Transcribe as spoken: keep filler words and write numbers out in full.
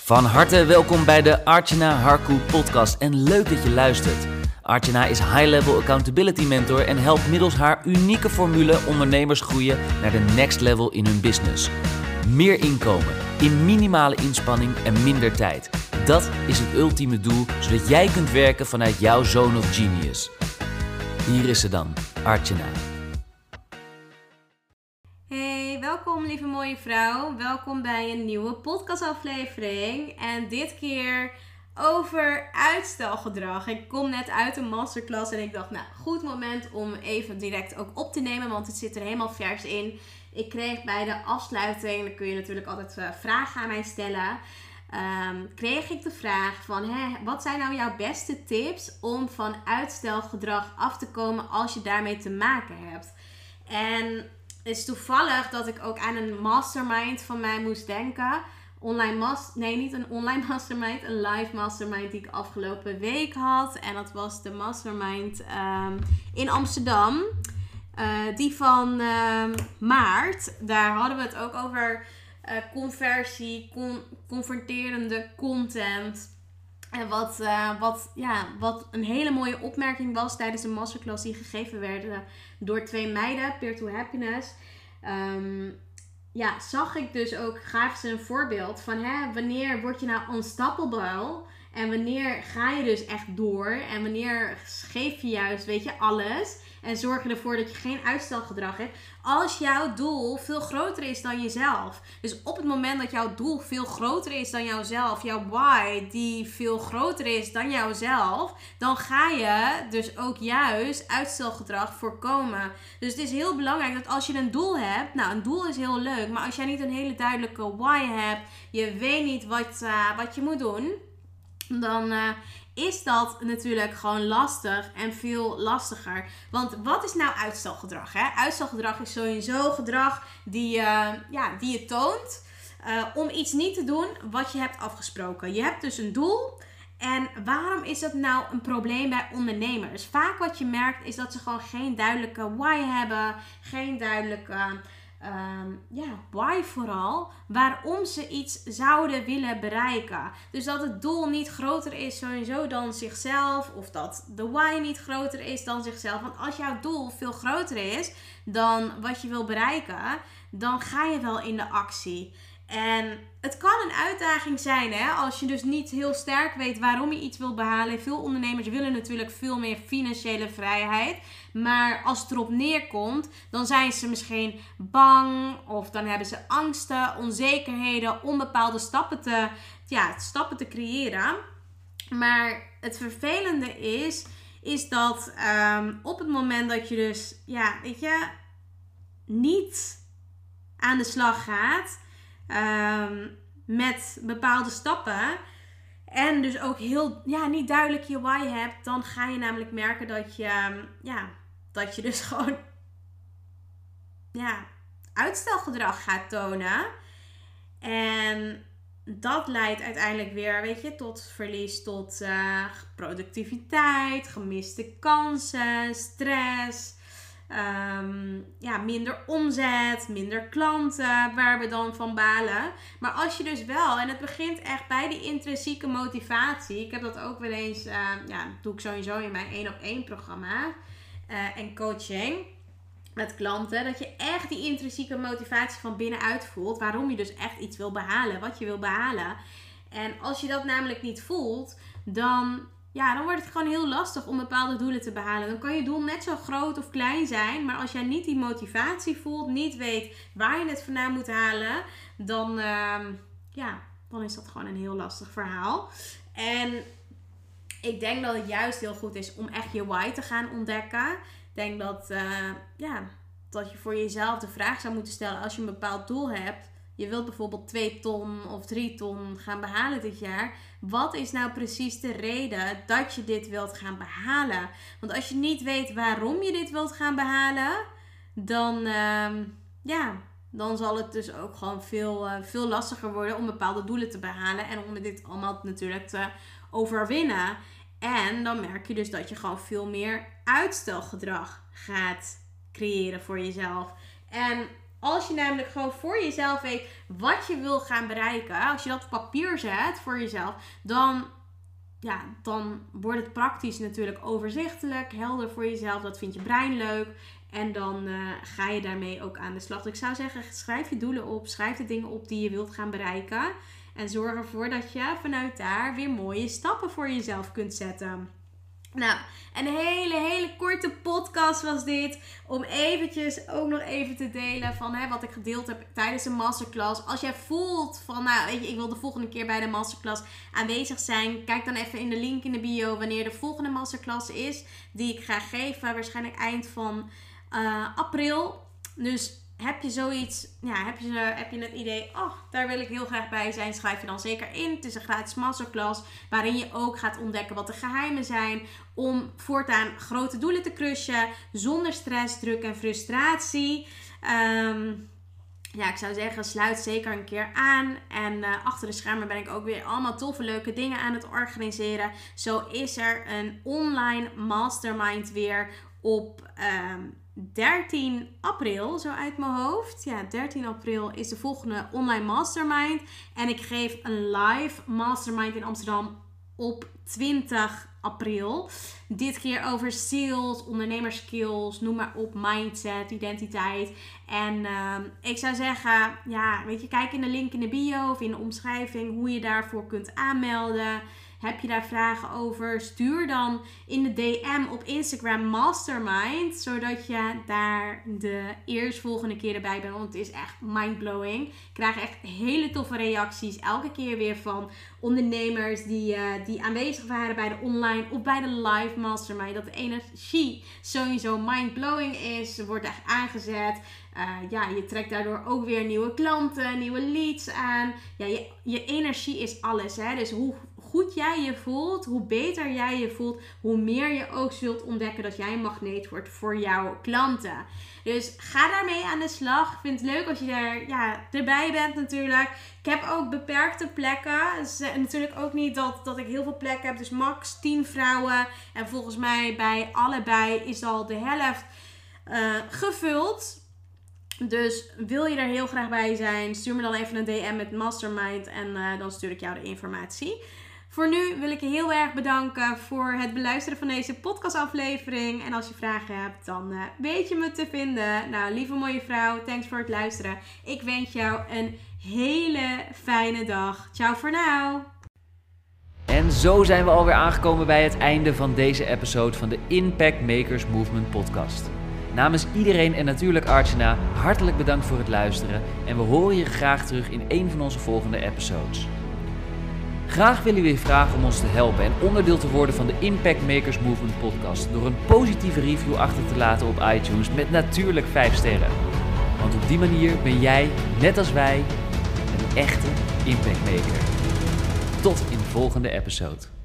Van harte welkom bij de Archana Harku podcast en leuk dat je luistert. Archana is high-level accountability mentor en helpt middels haar unieke formule ondernemers groeien naar de next level in hun business. Meer inkomen, in minimale inspanning en minder tijd. Dat is het ultieme doel, zodat jij kunt werken vanuit jouw zone of genius. Hier is ze dan, Archana. Hey, welkom lieve mooie vrouw. Welkom bij een nieuwe podcastaflevering. En dit keer over uitstelgedrag. Ik kom net uit een masterclass en ik dacht, nou, goed moment om even direct ook op te nemen, want het zit er helemaal vers in. Ik kreeg bij de afsluiting, dan kun je natuurlijk altijd uh, vragen aan mij stellen. Um, kreeg ik de vraag van, hè, wat zijn nou jouw beste tips om van uitstelgedrag af te komen als je daarmee te maken hebt? En het is toevallig dat ik ook aan een mastermind van mij moest denken. Online mas- nee, niet een online mastermind, een live mastermind die ik afgelopen week had. En dat was de mastermind um, in Amsterdam. Uh, die van uh, maart. Daar hadden we het ook over uh, conversie, con- confronterende content. En wat, uh, wat, ja, wat een hele mooie opmerking was tijdens de masterclass die gegeven werd uh, door twee meiden, Peer to Happiness. Um, ja, zag ik dus ook, gaven ze een voorbeeld van hè, wanneer word je nou unstoppable en wanneer ga je dus echt door en wanneer geef je juist, weet je, alles en zorg je ervoor dat je geen uitstelgedrag hebt als jouw doel veel groter is dan jezelf. Dus op het moment dat jouw doel veel groter is dan jouzelf, jouw why die veel groter is dan jouzelf, dan ga je dus ook juist uitstelgedrag voorkomen. Dus het is heel belangrijk dat als je een doel hebt, nou een doel is heel leuk, maar als jij niet een hele duidelijke why hebt, je weet niet wat, uh, wat je moet doen, dan uh, is dat natuurlijk gewoon lastig en veel lastiger. Want wat is nou uitstelgedrag? Hè? Uitstelgedrag is sowieso gedrag die, uh, ja, die je toont uh, om iets niet te doen wat je hebt afgesproken. Je hebt dus een doel. En waarom is dat nou een probleem bij ondernemers? Vaak wat je merkt is dat ze gewoon geen duidelijke why hebben. Geen duidelijke Um, ja, why vooral, waarom ze iets zouden willen bereiken. Dus dat het doel niet groter is sowieso dan zichzelf, of dat de why niet groter is dan zichzelf. Want als jouw doel veel groter is dan wat je wil bereiken, dan ga je wel in de actie. En het kan een uitdaging zijn, hè, als je dus niet heel sterk weet waarom je iets wil behalen. Veel ondernemers willen natuurlijk veel meer financiële vrijheid. Maar als het erop neerkomt, dan zijn ze misschien bang of dan hebben ze angsten, onzekerheden om bepaalde stappen te, ja, stappen te creëren. Maar het vervelende is, is dat um, op het moment dat je dus, ja, weet je, niet aan de slag gaat Um, met bepaalde stappen en dus ook heel, ja, niet duidelijk je why hebt, dan ga je namelijk merken dat je, um, ja, dat je dus gewoon, ja, uitstelgedrag gaat tonen. En dat leidt uiteindelijk weer, weet je, tot verlies, tot uh, productiviteit, gemiste kansen, stress. Um, ja, minder omzet, minder klanten waar we dan van balen. Maar als je dus wel, en het begint echt bij die intrinsieke motivatie. Ik heb dat ook wel eens, uh, ja, doe ik sowieso in mijn één op één programma uh, en coaching met klanten. Dat je echt die intrinsieke motivatie van binnenuit voelt. Waarom je dus echt iets wil behalen, wat je wil behalen. En als je dat namelijk niet voelt, dan ja, dan wordt het gewoon heel lastig om bepaalde doelen te behalen. Dan kan je doel net zo groot of klein zijn. Maar als jij niet die motivatie voelt, niet weet waar je het vandaan moet halen, dan, uh, ja, dan is dat gewoon een heel lastig verhaal. En ik denk dat het juist heel goed is om echt je why te gaan ontdekken. Ik denk dat, uh, ja, dat je voor jezelf de vraag zou moeten stellen als je een bepaald doel hebt. Je wilt bijvoorbeeld twee ton of drie ton gaan behalen dit jaar. Wat is nou precies de reden dat je dit wilt gaan behalen? Want als je niet weet waarom je dit wilt gaan behalen, dan, uh, ja, dan zal het dus ook gewoon veel, uh, veel lastiger worden om bepaalde doelen te behalen. En om dit allemaal natuurlijk te overwinnen. En dan merk je dus dat je gewoon veel meer uitstelgedrag gaat creëren voor jezelf. En Als je namelijk gewoon voor jezelf weet wat je wil gaan bereiken. Als je dat op papier zet voor jezelf. Dan, ja, dan wordt het praktisch natuurlijk overzichtelijk. Helder voor jezelf. Dat vindt je brein leuk. En dan uh, ga je daarmee ook aan de slag. Dus ik zou zeggen, schrijf je doelen op. Schrijf de dingen op die je wilt gaan bereiken. En zorg ervoor dat je vanuit daar weer mooie stappen voor jezelf kunt zetten. Nou, een hele, hele korte podcast was dit. Om eventjes ook nog even te delen van hè, wat ik gedeeld heb tijdens de masterclass. Als jij voelt van, nou weet je, ik wil de volgende keer bij de masterclass aanwezig zijn. Kijk dan even in de link in de bio wanneer de volgende masterclass is. Die ik ga geven, waarschijnlijk eind van uh, april. Dus heb je zoiets, ja, heb je, heb je het idee, oh, daar wil ik heel graag bij zijn, schrijf je dan zeker in. Het is een gratis masterclass waarin je ook gaat ontdekken wat de geheimen zijn om voortaan grote doelen te crushen zonder stress, druk en frustratie. Um, ja, ik zou zeggen, sluit zeker een keer aan. En uh, achter de schermen ben ik ook weer allemaal toffe, leuke dingen aan het organiseren. Zo is er een online mastermind weer op Um, dertien april, zo uit mijn hoofd. Ja, dertien april is de volgende online mastermind. En ik geef een live mastermind in Amsterdam op twintig april. Dit keer over sales, ondernemerskills, noem maar op, mindset, identiteit. En uh, ik zou zeggen, ja, weet je, kijk in de link in de bio of in de omschrijving hoe je daarvoor kunt aanmelden. Heb je daar vragen over? Stuur dan in de D M op Instagram Mastermind. Zodat je daar de eerstvolgende keer erbij bent. Want het is echt mindblowing. Ik krijg echt hele toffe reacties. Elke keer weer van ondernemers die, uh, die aanwezig waren bij de online of bij de live Mastermind. Dat de energie sowieso mindblowing is. Wordt echt aangezet. Uh, ja, je trekt daardoor ook weer nieuwe klanten, nieuwe leads aan. Ja, je, je energie is alles. Hè? Dus hoe goed jij je voelt, hoe beter jij je voelt, hoe meer je ook zult ontdekken dat jij een magneet wordt voor jouw klanten. Dus ga daarmee aan de slag. Ik vind het leuk als je er, ja, erbij bent natuurlijk. Ik heb ook beperkte plekken. Dus, natuurlijk ook niet dat, dat ik heel veel plekken heb. Dus max tien vrouwen. En volgens mij bij allebei is al de helft uh, gevuld. Dus wil je er heel graag bij zijn, stuur me dan even een D M met Mastermind en uh, dan stuur ik jou de informatie. Voor nu wil ik je heel erg bedanken voor het beluisteren van deze podcastaflevering. En als je vragen hebt, dan uh, weet je me te vinden. Nou, lieve mooie vrouw, thanks voor het luisteren. Ik wens jou een hele fijne dag. Ciao voor nu. En zo zijn we alweer aangekomen bij het einde van deze episode van de Impact Makers Movement podcast. Namens iedereen en natuurlijk Archana, hartelijk bedankt voor het luisteren. En we horen je graag terug in een van onze volgende episodes. Graag willen we je vragen om ons te helpen en onderdeel te worden van de Impact Makers Movement podcast door een positieve review achter te laten op iTunes met natuurlijk vijf sterren. Want op die manier ben jij, net als wij, een echte Impact Maker. Tot in de volgende episode.